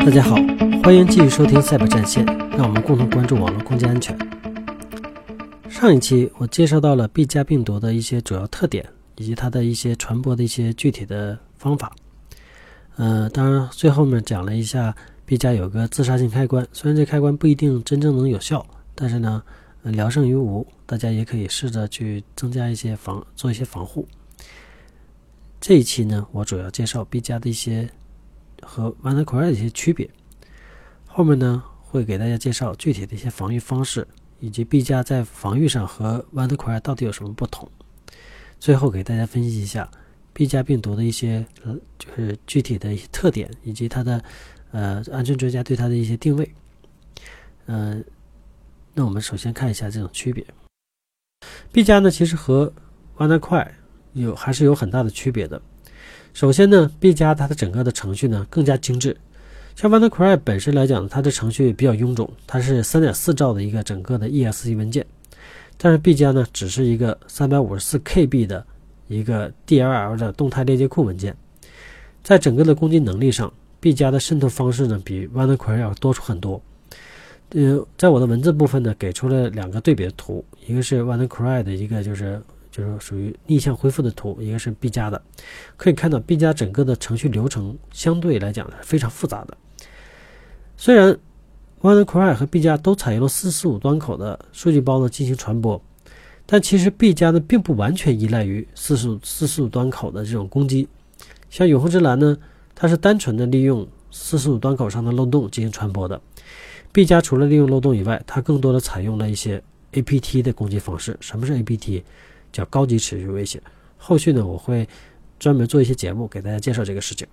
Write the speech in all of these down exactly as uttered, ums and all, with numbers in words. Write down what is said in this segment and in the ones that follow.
大家好，欢迎继续收听赛博战线，让我们共同关注网络空间安全。上一期我介绍到了 B 加病毒的一些主要特点，以及它的一些传播的一些具体的方法。呃，当然最后面讲了一下 B 加有个自杀性开关，虽然这开关不一定真正能有效，但是呢，聊胜于无，大家也可以试着去增加一些防，做一些防护。这一期呢，我主要介绍 B 加的一些和 WannaCry 的一些区别，后面呢会给大家介绍具体的一些防御方式，以及 B 加在防御上和 WannaCry 到底有什么不同。最后给大家分析一下 B 加病毒的一些呃就是具体的一些特点，以及它的呃安全专家对它的一些定位。呃，那我们首先看一下这种区别。B 加呢其实和 WannaCry 有还是有很大的区别的。首先呢 B 加它的整个的程序呢更加精致，像 WannaCry 本身来讲，它的程序比较臃肿，它是 三点四兆的一个整个的 E X E 文件，但是 B 加呢只是一个 三百五十四K B 的一个 D L L 的动态链接库文件。在整个的攻击能力上， B 加的渗透方式呢比 WannaCry 要多出很多。呃，在我的文字部分呢给出了两个对比的图，一个是 WannaCry 的一个就是就是属于逆向恢复的图，一个是 B 加的。可以看到 B 加整个的程序流程相对来讲是非常复杂的。虽然 WannaCry 和 B 加都采用了四四五端口的数据包呢进行传播，但其实 B 加呢并不完全依赖于四四五端口的这种攻击。像永恒之蓝呢，它是单纯的利用四四五端口上的漏洞进行传播的。B 加除了利用漏洞以外，它更多的采用了一些 A P T 的攻击方式。什么是 A P T？ 叫高级持续威胁。后续呢我会专门做一些节目给大家介绍这个事情。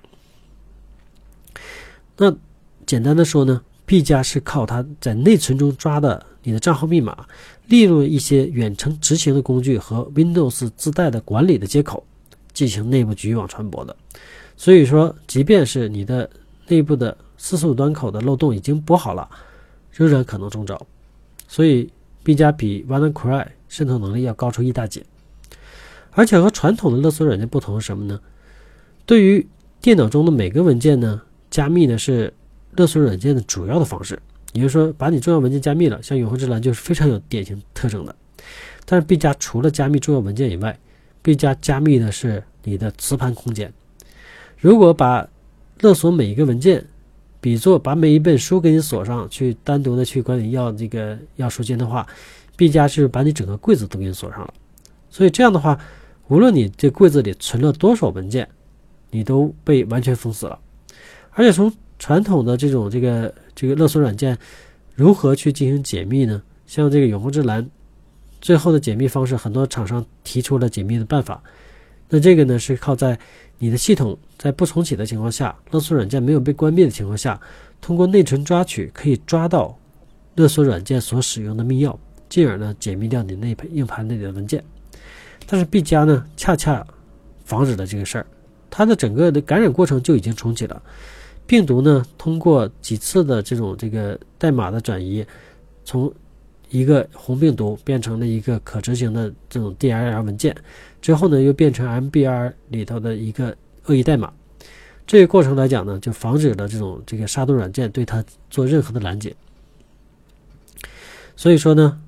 那简单的说呢， B 加是靠它在内存中抓的你的账号密码，利用一些远程执行的工具和 Windows 自带的管理的接口进行内部局域网传播的。所以说即便是你的内部的四四五端口的漏洞已经补好了，仍然可能中招。所以 B 加比 WannaCry 渗透能力要高出一大截。而且和传统的勒索软件不同是什么呢？对于电脑中的每个文件呢，加密呢是勒索软件的主要的方式。也就是说，把你重要文件加密了，像永恒之蓝就是非常有典型特征的。但是 B 加除了加密重要文件以外， B 加加密的是你的磁盘空间。如果把勒索每一个文件比作把每一本书给你锁上，去单独的去管理要这个要书间的话， B 加是把你整个柜子都给你锁上了。所以这样的话，无论你这柜子里存了多少文件，你都被完全封死了。而且从传统的这种这个这个勒索软件如何去进行解密呢？像这个永恒之蓝最后的解密方式，很多厂商提出了解密的办法。那这个呢是靠在你的系统在不重启的情况下，勒索软件没有被关闭的情况下，通过内存抓取可以抓到勒索软件所使用的密钥，进而呢解密掉你内硬盘内的文件。但是 B 加呢恰恰防止了这个事儿，它的整个的感染过程就已经重启了。病毒呢通过几次的这种这个代码的转移，从一个红病毒变成了一个可执行的这种 D L L 文件，之后呢又变成 M B R 里头的一个恶意代码。这个过程来讲呢，就防止了这种这个杀毒软件对它做任何的拦截。所以说呢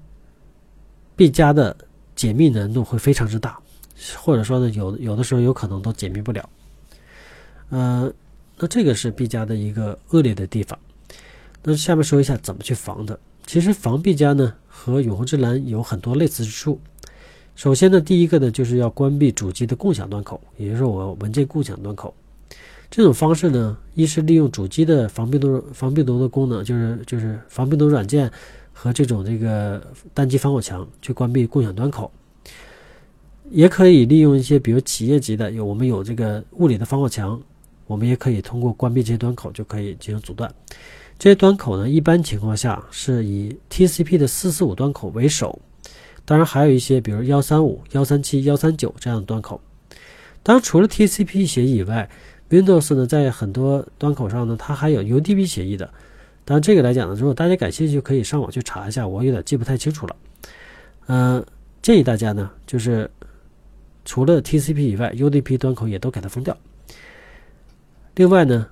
B 加的解密难度会非常之大，或者说呢有有的时候有可能都解密不了。呃，那这个是 B 加的一个恶劣的地方。那下面说一下怎么去防的。其实防 B 加呢和永恒之蓝有很多类似之处。首先呢，第一个呢就是要关闭主机的共享端口，也就是我文件共享端口。这种方式呢，一是利用主机的防病毒防病毒的功能，就是就是防病毒软件和这种这个单机防火墙去关闭共享端口。也可以利用一些比如企业级的，有我们有这个物理的防火墙，我们也可以通过关闭这些端口就可以进行阻断。这些端口呢，一般情况下是以 T C P 的四四五端口为首，当然还有一些比如一三五、一三七、一三九这样的端口。当然除了 T C P 协议以外， Windows 呢在很多端口上呢它还有 U D P 协议的。当然这个来讲呢，如果大家感兴趣可以上网去查一下，我有点记不太清楚了。呃，建议大家呢就是除了 T C P 以外， U D P 端口也都给它封掉。另外呢，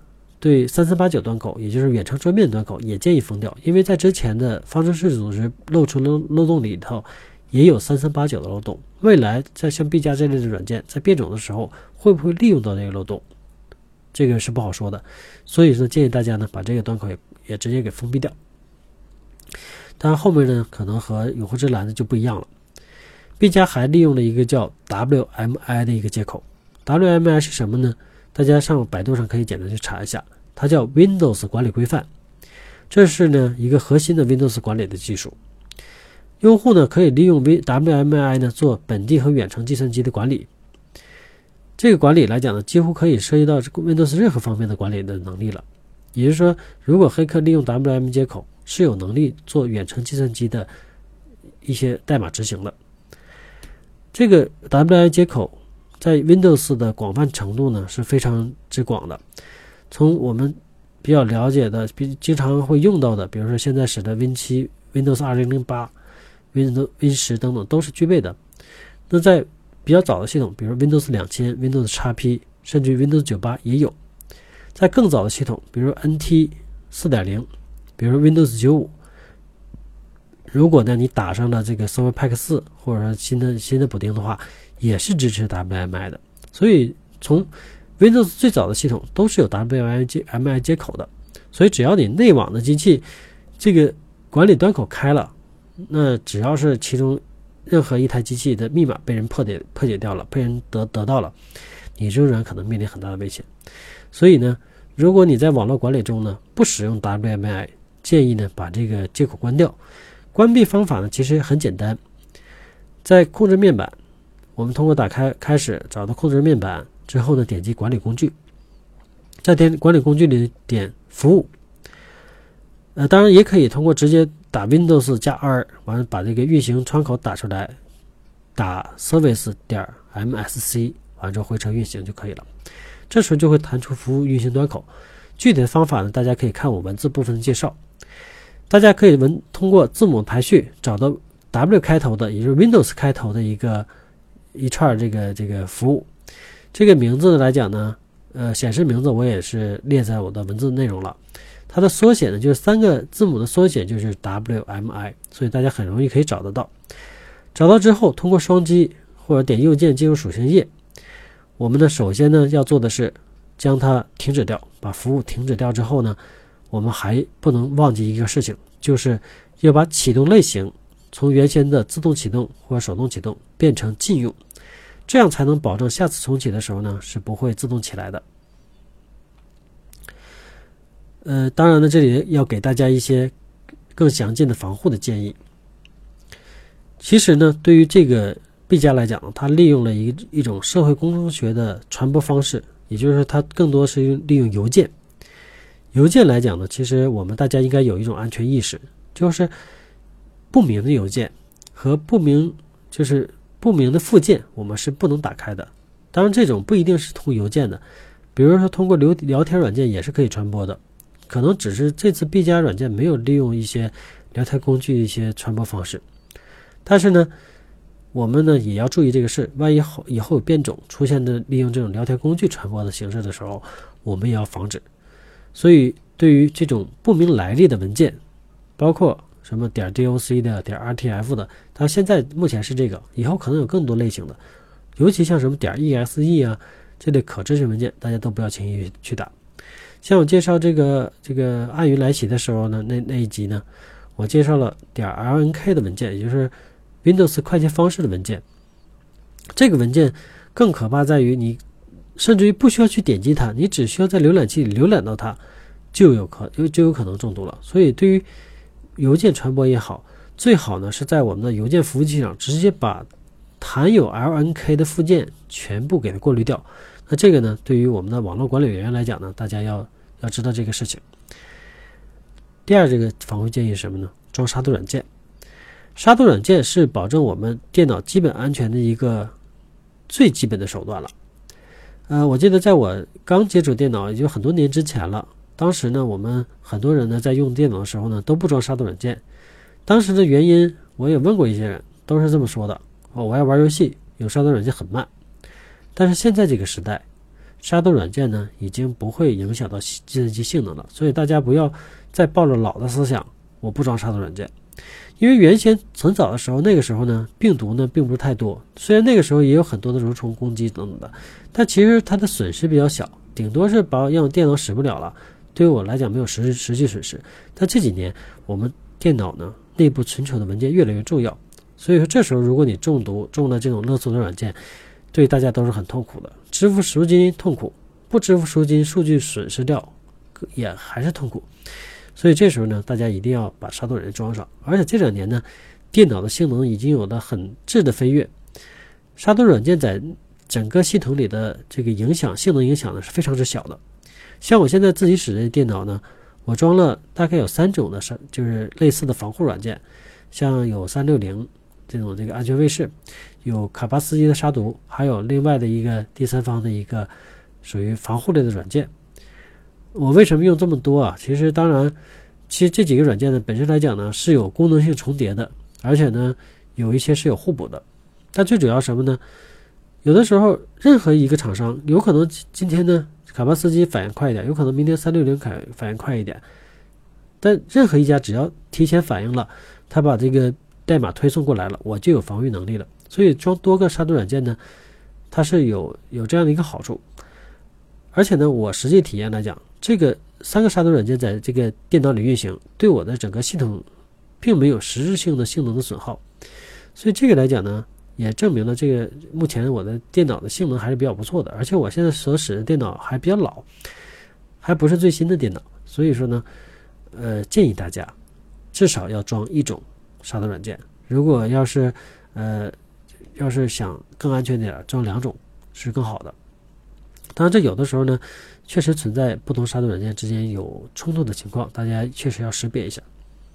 对三三八九端口，也就是远程桌面端口也建议封掉，因为在之前的方程式组织露出漏漏洞里头也有三三八九的漏洞，未来在像 B 加这类的软件在变种的时候会不会利用到这个漏洞，这个是不好说的。所以呢，建议大家呢把这个端口也也直接给封闭掉。当然后面呢可能和永恒之蓝的就不一样了。B 加还利用了一个叫 W M I 的一个接口。 W M I 是什么呢？大家上百度上可以简单去查一下，它叫 Windows 管理规范。这是呢一个核心的 Windows 管理的技术。用户呢可以利用 W M I 呢做本地和远程计算机的管理。这个管理来讲呢，几乎可以涉及到 Windows 任何方面的管理的能力了。也就是说，如果黑客利用 W M I 接口，是有能力做远程计算机的一些代码执行的。这个 W M I 接口在 Windows 的广泛程度呢是非常之广的。从我们比较了解的、比经常会用到的，比如说现在使的 Win 七、Windows 二零零八、Windows Win 十等等都是具备的。那在比较早的系统，比如 Windows 两千、Windows 叉 P， 甚至于 Windows 九十八也有。在更早的系统，比如 N T 四点零， 比如 Windows 九十五，如果呢你打上了这个 Server Pack 四或者说新的新的补丁的话，也是支持 W M I 的。所以从 Windows 最早的系统都是有 W M I 接口的。所以只要你内网的机器这个管理端口开了，那只要是其中任何一台机器的密码被人破解破解掉了，被人得得到了，你仍然可能面临很大的危险。所以呢，如果你在网络管理中呢不使用 W M I， 建议呢把这个接口关掉。关闭方法呢其实很简单，在控制面板，我们通过打开开始找到控制面板之后呢，点击管理工具，在点管理工具里点服务。呃，当然也可以通过直接打 Windows 加 R， 完了把这个运行窗口打出来，打 service 点 msc， 完了之后回车运行就可以了。这时候就会弹出服务运行端口。具体的方法呢，大家可以看我文字部分的介绍。大家可以文通过字母排序找到 W 开头的，也就是 Windows 开头的一个一串这个这个服务。这个名字来讲呢，呃，显示名字我也是列在我的文字内容了。它的缩写呢，就是三个字母的缩写就是 W M I， 所以大家很容易可以找得到。找到之后，通过双击或者点右键进入属性页。我们呢，首先呢要做的是将它停止掉，把服务停止掉之后呢，我们还不能忘记一个事情，就是要把启动类型从原先的自动启动或者手动启动变成禁用，这样才能保证下次重启的时候呢是不会自动起来的。呃，当然呢，这里要给大家一些更详尽的防护的建议。其实呢，对于这个 B 加来讲，它利用了一一种社会工程学的传播方式，也就是说它更多是利用邮件。邮件来讲呢，其实我们大家应该有一种安全意识，就是不明的邮件和不明就是不明的附件我们是不能打开的。当然这种不一定是通过邮件的，比如说通过聊聊天软件也是可以传播的，可能只是这次 B 加软件没有利用一些聊天工具一些传播方式。但是呢，我们呢也要注意这个事，万一后以后有变种出现的利用这种聊天工具传播的形式的时候，我们也要防止。所以对于这种不明来历的文件，包括什么点 .doc 的点 .rtf 的，它现在目前是这个，以后可能有更多类型的，尤其像什么点 .exe 啊这类可执行文件，大家都不要轻易去打。像我介绍这个这个暗云来袭的时候呢，那那一集呢，我介绍了点 .lnk 的文件，也就是 Windows 快捷方式的文件。这个文件更可怕在于你甚至于不需要去点击它，你只需要在浏览器里浏览到它，就有可就有可能中毒了。所以对于邮件传播也好，最好呢是在我们的邮件服务器上直接把含有 L N K 的附件全部给它过滤掉。那这个呢，对于我们的网络管理人员来讲呢，大家要要知道这个事情。第二，这个防护建议是什么呢？装杀毒软件。杀毒软件是保证我们电脑基本安全的一个最基本的手段了。呃，我记得在我刚接触电脑，也就很多年之前了。当时呢，我们很多人呢在用电脑的时候呢，都不装杀毒软件。当时的原因，我也问过一些人，都是这么说的：哦，我爱玩游戏，有杀毒软件很慢。但是现在这个时代， 杀毒软件呢已经不会影响到计算机性能了，所以大家不要再抱着老的思想，我不装杀毒软件。因为原先很早的时候，那个时候呢，病毒呢并不是太多，虽然那个时候也有很多的蠕虫攻击等等的，但其实它的损失比较小，顶多是把让电脑使不了了，对于我来讲没有实实际损失。但这几年我们电脑呢内部存储的文件越来越重要，所以说这时候如果你中毒中了这种勒索的软件，对大家都是很痛苦的。支付赎金痛苦，不支付赎金数据损失掉也还是痛苦。所以这时候呢，大家一定要把杀毒软件装上。而且这两年呢，电脑的性能已经有了很质的飞跃，杀毒软件在整个系统里的这个影响性能影响呢是非常之小的。像我现在自己使的电脑呢，我装了大概有三种的就是类似的防护软件，像有三六零这种这个安全卫士，有卡巴斯基的杀毒，还有另外的一个第三方的一个属于防护类的软件。我为什么用这么多啊？其实当然其实这几个软件呢本身来讲呢是有功能性重叠的，而且呢有一些是有互补的。但最主要什么呢？有的时候任何一个厂商有可能今天呢卡巴斯基反应快一点，有可能明天三六零反应快一点，但任何一家只要提前反应了，他把这个代码推送过来了，我就有防御能力了。所以装多个杀毒软件呢，它是有有这样的一个好处。而且呢，我实际体验来讲，这个三个杀毒软件在这个电脑里运行，对我的整个系统并没有实质性的性能的损耗。所以这个来讲呢，也证明了这个目前我的电脑的性能还是比较不错的。而且我现在所使的电脑还比较老，还不是最新的电脑，所以说呢，呃，建议大家至少要装一种杀毒软件。如果要是呃要是想更安全点，装两种是更好的。当然这有的时候呢确实存在不同杀毒软件之间有冲突的情况，大家确实要识别一下。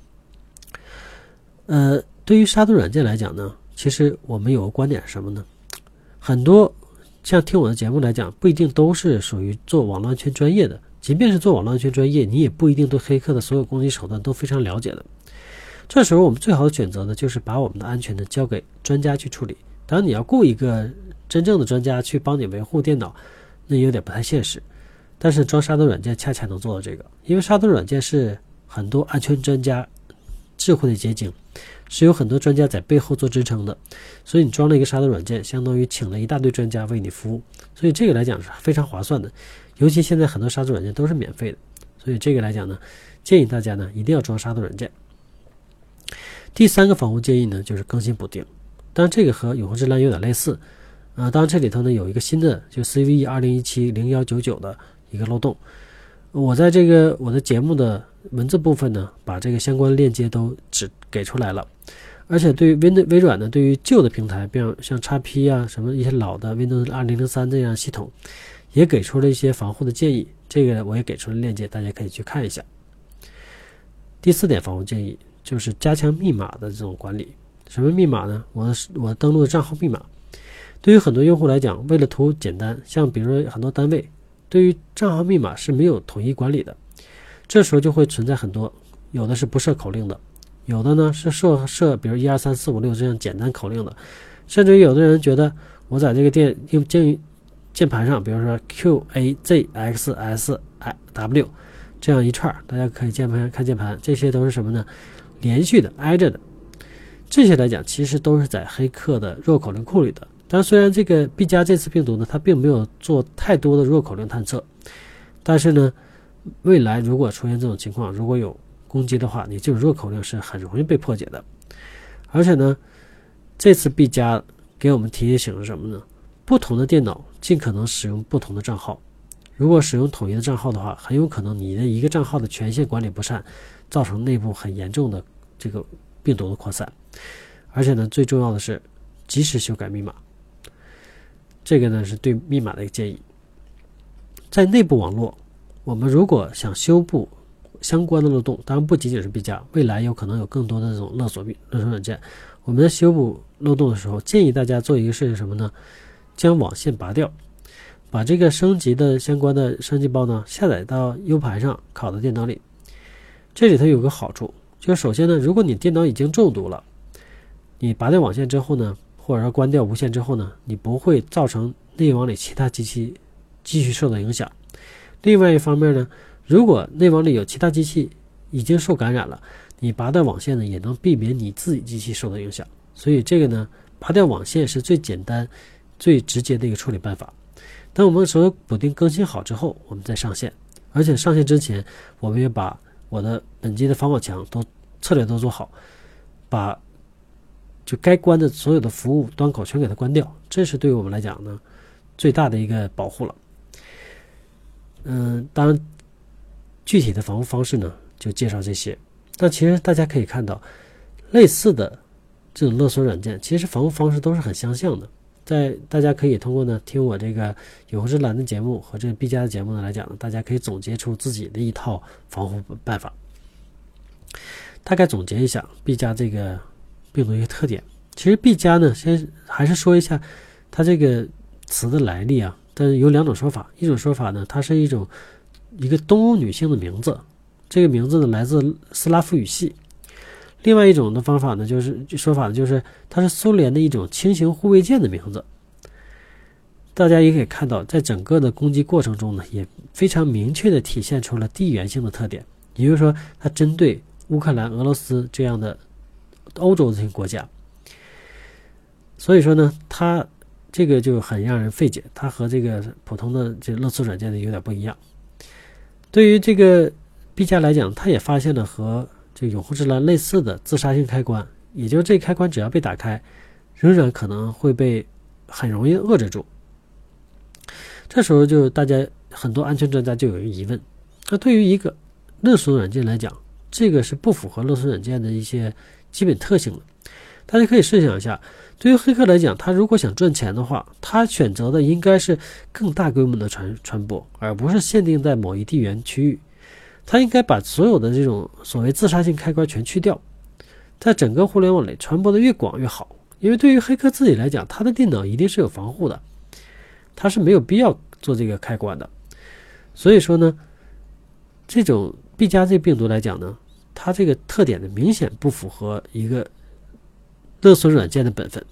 呃，对于杀毒软件来讲呢，其实我们有个观点是什么呢？很多像听我的节目来讲，不一定都是属于做网络安全专业的，即便是做网络安全专业，你也不一定对黑客的所有攻击手段都非常了解的。这时候我们最好的选择呢，就是把我们的安全呢交给专家去处理。当然你要雇一个真正的专家去帮你维护电脑，那有点不太现实。但是装杀毒软件恰恰能做到这个，因为杀毒软件是很多安全专家智慧的结晶，是有很多专家在背后做支撑的。所以你装了一个杀毒软件，相当于请了一大堆专家为你服务，所以这个来讲是非常划算的。尤其现在很多杀毒软件都是免费的，所以这个来讲呢，建议大家呢一定要装杀毒软件。第三个防护建议呢，就是更新补丁。当然这个和永恒之蓝有点类似啊、呃，当然这里头呢有一个新的，就 C V E 二零一七 零一九九 的一个漏洞。我在这个我的节目的文字部分呢，把这个相关链接都只给出来了。而且对于 Windows 微软呢，对于旧的平台，比如像 X P 啊，什么一些老的 Windows 二零零三这样系统，也给出了一些防护的建议。这个我也给出了链接，大家可以去看一下。第四点防护建议就是加强密码的这种管理。什么密码呢？我我登录的账号密码。对于很多用户来讲，为了图简单，像比如说很多单位对于账号密码是没有统一管理的，这时候就会存在很多，有的是不设口令的，有的呢是设设比如一二三四五六这样简单口令的，甚至于有的人觉得我在这个电用键键盘上，比如说 Q A Z X S W 这样一串，大家可以键盘看键盘，这些都是什么呢？连续的挨着的，这些来讲其实都是在黑客的弱口令库里的。但虽然这个 B 加这次病毒呢，它并没有做太多的弱口令探测，但是呢，未来如果出现这种情况，如果有攻击的话，你这种弱口令是很容易被破解的。而且呢，这次 B 加给我们提醒是什么呢？不同的电脑尽可能使用不同的账号，如果使用统一的账号的话，很有可能你的一个账号的权限管理不善，造成内部很严重的这个病毒的扩散。而且呢，最重要的是及时修改密码。这个呢是对密码的一个建议。在内部网络，我们如果想修补相关的漏洞，当然不仅仅是 B 加，未来有可能有更多的这种勒索勒索软件。我们在修补漏洞的时候，建议大家做一个事情什么呢？将网线拔掉，把这个升级的相关的升级包呢下载到 U 盘上，拷到电脑里。这里头有个好处，就是首先呢，如果你电脑已经中毒了，你拔掉网线之后呢，或者说关掉无线之后呢，你不会造成内网里其他机器继续受到影响。另外一方面呢，如果内网里有其他机器已经受感染了，你拔掉网线呢，也能避免你自己机器受到影响。所以这个呢，拔掉网线是最简单最直接的一个处理办法。等我们所有补丁更新好之后，我们再上线，而且上线之前我们也把我的本机的防网墙都策略都做好，把就该关的所有的服务端口全给它关掉，这是对于我们来讲呢最大的一个保护了。嗯，当然具体的防护方式呢就介绍这些。那其实大家可以看到，类似的这种勒索软件其实防护方式都是很相像的。在大家可以通过呢听我这个永恒之蓝的节目和这个 B 加的节目呢来讲呢，大家可以总结出自己的一套防护办法。大概总结一下 B 加这个病毒一个特点。其实 B 加呢，先还是说一下它这个词的来历啊。但是有两种说法，一种说法呢，它是一种一个东欧女性的名字，这个名字呢来自斯拉夫语系。另外一种的方法呢，就是说法呢，就是它是苏联的一种轻型护卫舰的名字。大家也可以看到，在整个的攻击过程中呢，也非常明确的体现出了地缘性的特点，也就是说，它针对乌克兰、俄罗斯这样的欧洲这些国家。所以说呢，它这个就很让人费解，它和这个普通的这勒索软件呢有点不一样。对于这个 B 加来讲，它也发现了和这个永恒之蓝类似的自杀性开关，也就是这开关只要被打开，仍然可能会被很容易遏制住。这时候就大家很多安全专家就有一个疑问，那对于一个勒索软件来讲，这个是不符合勒索软件的一些基本特性的。大家可以设想一下，对于黑客来讲，他如果想赚钱的话，他选择的应该是更大规模的传传播，而不是限定在某一地缘区域。他应该把所有的这种所谓自杀性开关全去掉，在整个互联网里传播的越广越好。因为对于黑客自己来讲，他的电脑一定是有防护的，他是没有必要做这个开关的。所以说呢，这种 B 加这病毒来讲呢，它这个特点呢明显不符合一个勒索软件的本分。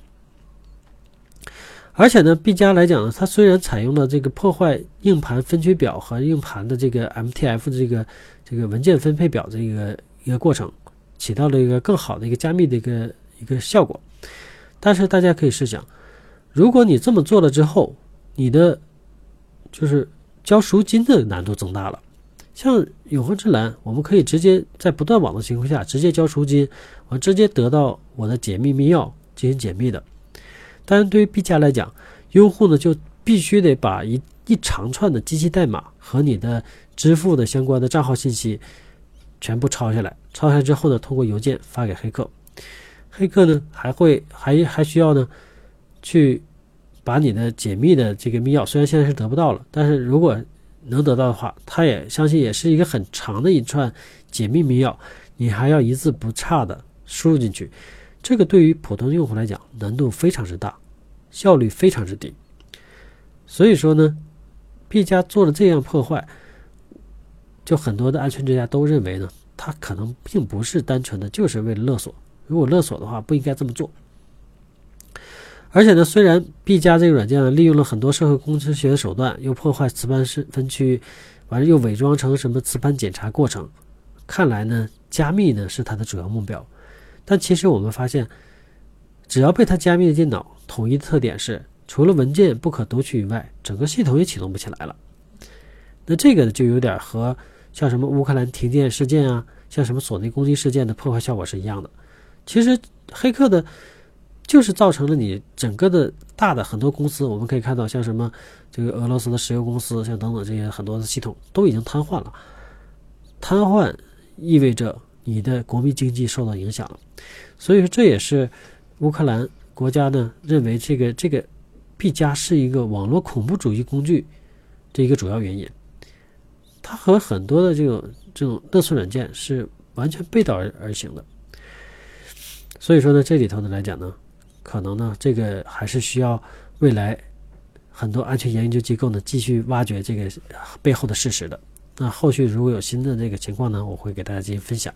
而且呢 B 加来讲呢，它虽然采用了这个破坏硬盘分区表和硬盘的这个 M T F 的这个这个文件分配表这个一个过程，起到了一个更好的一个加密的一个一个效果，但是大家可以试想，如果你这么做了之后，你的就是交赎金的难度增大了。像永恒之蓝，我们可以直接在不断网的情况下直接交赎金，我直接得到我的解密密钥进行解密的。但是对于 B 加来讲，用户呢就必须得把一一长串的机器代码和你的支付的相关的账号信息全部抄下来，抄下来之后呢，通过邮件发给黑客。黑客呢还会还还需要呢去把你的解密的这个密钥，虽然现在是得不到了，但是如果能得到的话，他也相信也是一个很长的一串解密密钥，你还要一字不差的输入进去。这个对于普通用户来讲难度非常之大，效率非常之低。所以说呢 B 加做了这样破坏，就很多的安全专家都认为呢，它可能并不是单纯的就是为了勒索，如果勒索的话不应该这么做。而且呢，虽然 B 加这个软件呢利用了很多社会工程学的手段，又破坏磁盘分区，完了又伪装成什么磁盘检查过程，看来呢加密呢是它的主要目标。但其实我们发现，只要被它加密的电脑，统一的特点是除了文件不可读取以外，整个系统也启动不起来了。那这个就有点和像什么乌克兰停电事件啊，像什么索尼攻击事件的破坏效果是一样的。其实黑客的就是造成了你整个的大的很多公司，我们可以看到像什么这个俄罗斯的石油公司，像等等这些很多的系统都已经瘫痪了。瘫痪意味着你的国民经济受到影响了，所以说这也是乌克兰国家呢认为这个这个 B 加是一个网络恐怖主义工具这一个主要原因。它和很多的这种这种勒索软件是完全背道而而行的。所以说呢，这里头呢来讲呢，可能呢这个还是需要未来很多安全研究机构呢继续挖掘这个背后的事实的。那后续如果有新的这个情况呢，我会给大家进行分享。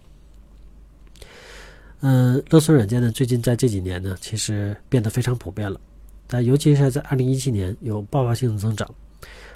嗯，勒索软件呢，最近在这几年呢，其实变得非常普遍了，但尤其是在二零一七年有爆发性的增长，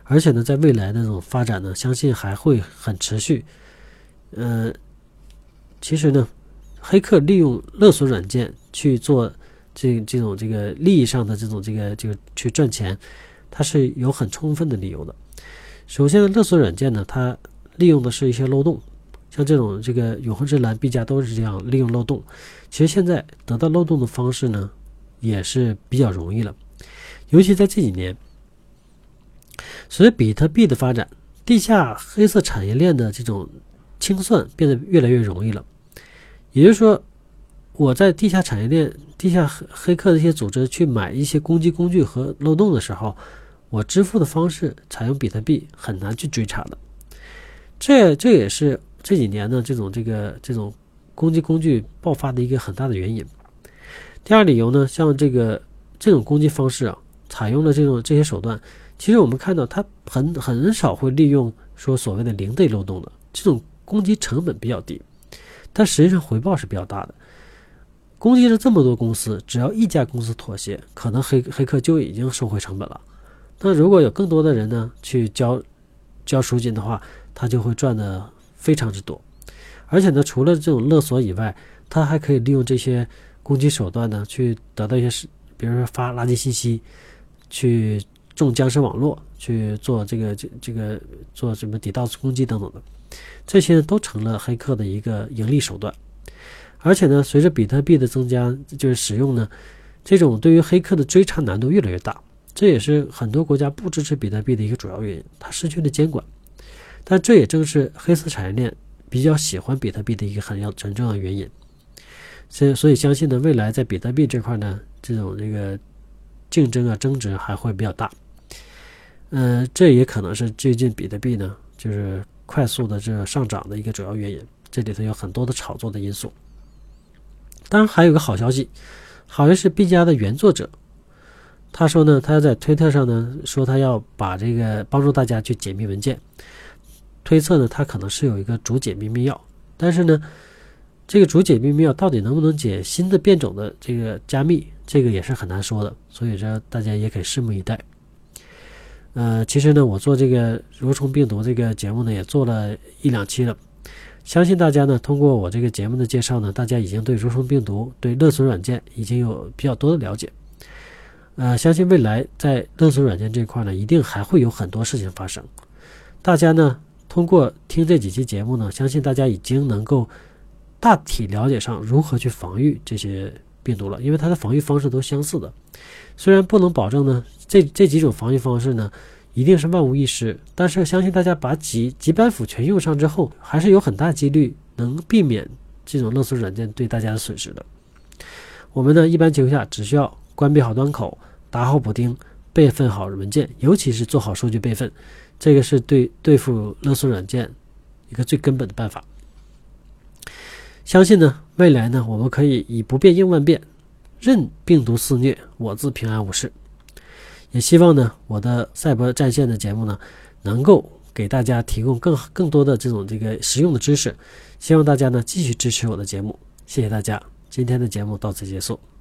而且呢，在未来的这种发展呢，相信还会很持续。呃，其实呢，黑客利用勒索软件去做这这种这个利益上的这种这个这个去赚钱，它是有很充分的理由的。首先呢，勒索软件呢，它利用的是一些漏洞，像这种这个永恒之蓝、币加都是这样利用漏洞。其实现在得到漏洞的方式呢，也是比较容易了，尤其在这几年，随着比特币的发展，地下黑色产业链的这种清算变得越来越容易了。也就是说，我在地下产业链、地下黑客的一些组织去买一些攻击工具和漏洞的时候，我支付的方式采用比特币很难去追查的。这这也是这几年呢这种这个这种攻击工具爆发的一个很大的原因。第二理由呢，像这个这种攻击方式啊，采用了这种这些手段，其实我们看到它很很少会利用说所谓的零 day 漏洞的，这种攻击成本比较低，但实际上回报是比较大的。攻击了这么多公司，只要一家公司妥协，可能黑黑客就已经收回成本了。那如果有更多的人呢去交交赎金的话，他就会赚的非常之多。而且呢，除了这种勒索以外，他还可以利用这些攻击手段呢，去得到一些，比如说发垃圾信息，去中僵尸网络，去做这个这这个做什么抵DDoS攻击等等的，这些都成了黑客的一个盈利手段。而且呢，随着比特币的增加，就是使用呢，这种对于黑客的追查难度越来越大，这也是很多国家不支持比特币的一个主要原因，它失去了监管。但这也正是黑色产业链比较喜欢比特币的一个很要很重要的原因。所以，所以相信呢，未来在比特币这块呢，这种这个竞争啊、争执还会比较大。呃，这也可能是最近比特币呢，就是快速的这上涨的一个主要原因。这里头有很多的炒作的因素。当然还有个好消息，好像是币加的原作者，他说呢，他在推特上呢说他要把这个帮助大家去解密文件，推测呢他可能是有一个主解密密钥，但是呢这个主解密密钥到底能不能解新的变种的这个加密，这个也是很难说的，所以说大家也可以拭目以待。呃，其实呢我做这个蠕虫病毒这个节目呢也做了一两期了，相信大家呢通过我这个节目的介绍呢，大家已经对蠕虫病毒、对勒索软件已经有比较多的了解。呃，相信未来在勒索软件这块呢，一定还会有很多事情发生。大家呢通过听这几期节目呢，相信大家已经能够大体了解上如何去防御这些病毒了，因为它的防御方式都相似的。虽然不能保证呢这这几种防御方式呢一定是万无一失，但是相信大家把几几板斧全用上之后，还是有很大几率能避免这种勒索软件对大家的损失的。我们呢一般情况下只需要关闭好端口，打好补丁，备份好文件，尤其是做好数据备份，这个是对对付勒索软件一个最根本的办法。相信呢未来呢我们可以以不变应万变，任病毒肆虐，我自平安无事。也希望呢我的赛博战线的节目呢能够给大家提供更更多的这种这个实用的知识，希望大家呢继续支持我的节目，谢谢大家，今天的节目到此结束。